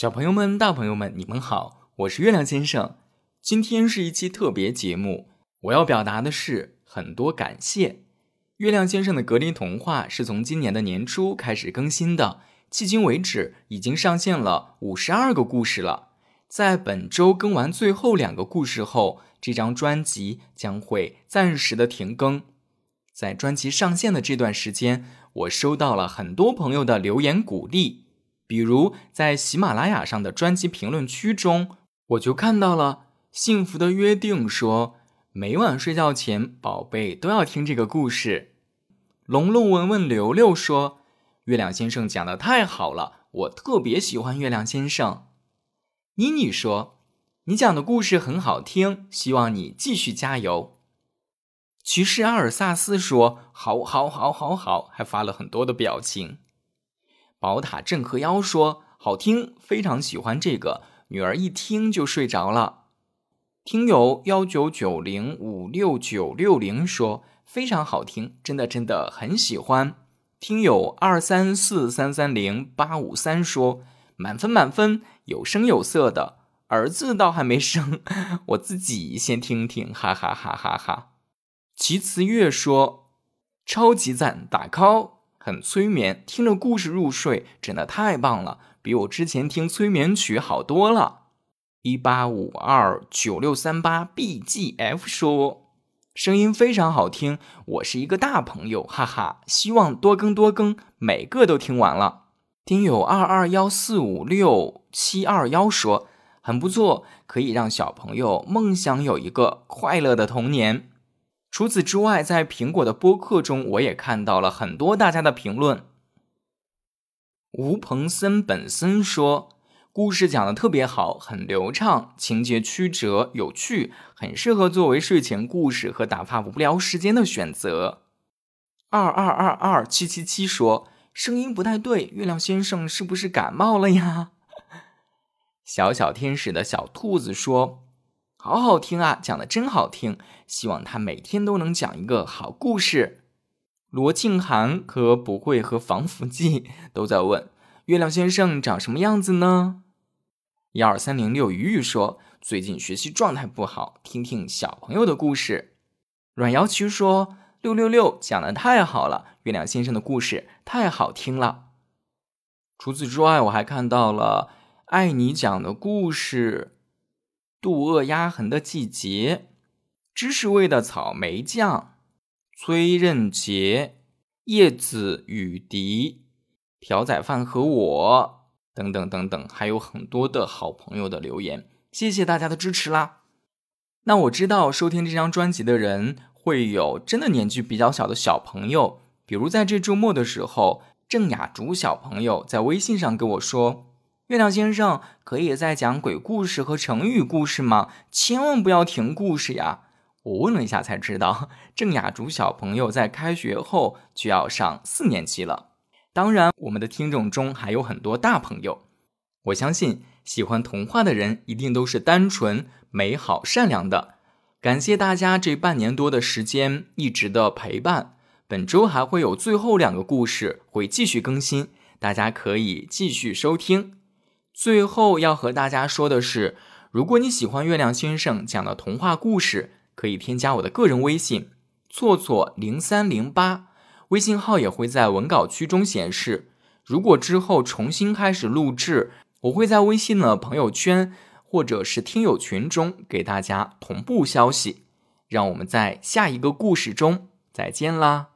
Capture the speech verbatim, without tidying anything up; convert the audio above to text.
小朋友们、大朋友们，你们好，我是月亮先生。今天是一期特别节目，我要表达的是很多感谢。月亮先生的格林童话是从今年的年初开始更新的，迄今为止已经上线了五十二个故事了。在本周更完最后两个故事后，这张专辑将会暂时的停更。在专辑上线的这段时间，我收到了很多朋友的留言鼓励，比如在喜马拉雅上的专辑评论区中，我就看到了幸福的约定说，每晚睡觉前宝贝都要听这个故事。龙龙文文刘刘说，月亮先生讲得太好了，我特别喜欢月亮先生。妮妮说，你讲的故事很好听，希望你继续加油。骑士阿尔萨斯说，好好好好好，还发了很多的表情。宝塔镇河妖说，好听，非常喜欢这个，女儿一听就睡着了。听友一九九零五六九六零说，非常好听，真的真的很喜欢。听友二三四三三零八五三说，满分满分，有声有色的，儿子倒还没生，我自己先听听，哈哈哈哈哈。齐慈月说，超级赞，打 call， 很催眠，听着故事入睡，真的太棒了，比我之前听催眠曲好多了。一八五二九六三八 B G F 说，声音非常好听，我是一个大朋友，哈哈，希望多更多更，每个都听完了。听友二二一四五六七二一说，很不错，可以让小朋友梦想有一个快乐的童年。除此之外，在苹果的播客中，我也看到了很多大家的评论。吴鹏森本森说，故事讲得特别好，很流畅，情节曲折有趣，很适合作为睡前故事和打发无聊时间的选择。二二二二七七七说，声音不太对，月亮先生是不是感冒了呀？小小天使的小兔子说，好好听啊，讲得真好听，希望他每天都能讲一个好故事。罗庆涵和不会和防腐剂都在问，月亮先生长什么样子呢？一二三零六鱼鱼说，最近学习状态不好，听听小朋友的故事。阮瑶琪说，六六六讲得太好了，月亮先生的故事太好听了。除此之外，我还看到了爱你讲的故事，渡厄压痕的季节，知识味的草莓酱，崔任杰，叶子雨迪，朴仔饭和我等等等等，还有很多的好朋友的留言，谢谢大家的支持啦。那我知道收听这张专辑的人会有真的年纪比较小的小朋友，比如在这周末的时候，郑雅竹小朋友在微信上跟我说，月亮先生可以再讲鬼故事和成语故事吗？千万不要停故事呀。我问了一下才知道，郑雅竹小朋友在开学后就要上四年级了。当然，我们的听众中还有很多大朋友。我相信喜欢童话的人一定都是单纯、美好、善良的。感谢大家这半年多的时间一直的陪伴。本周还会有最后两个故事会继续更新，大家可以继续收听。最后要和大家说的是，如果你喜欢月亮先生讲的童话故事，可以添加我的个人微信错错零三零八，微信号也会在文稿区中显示。如果之后重新开始录制，我会在微信的朋友圈或者是听友群中给大家同步消息。让我们在下一个故事中再见啦。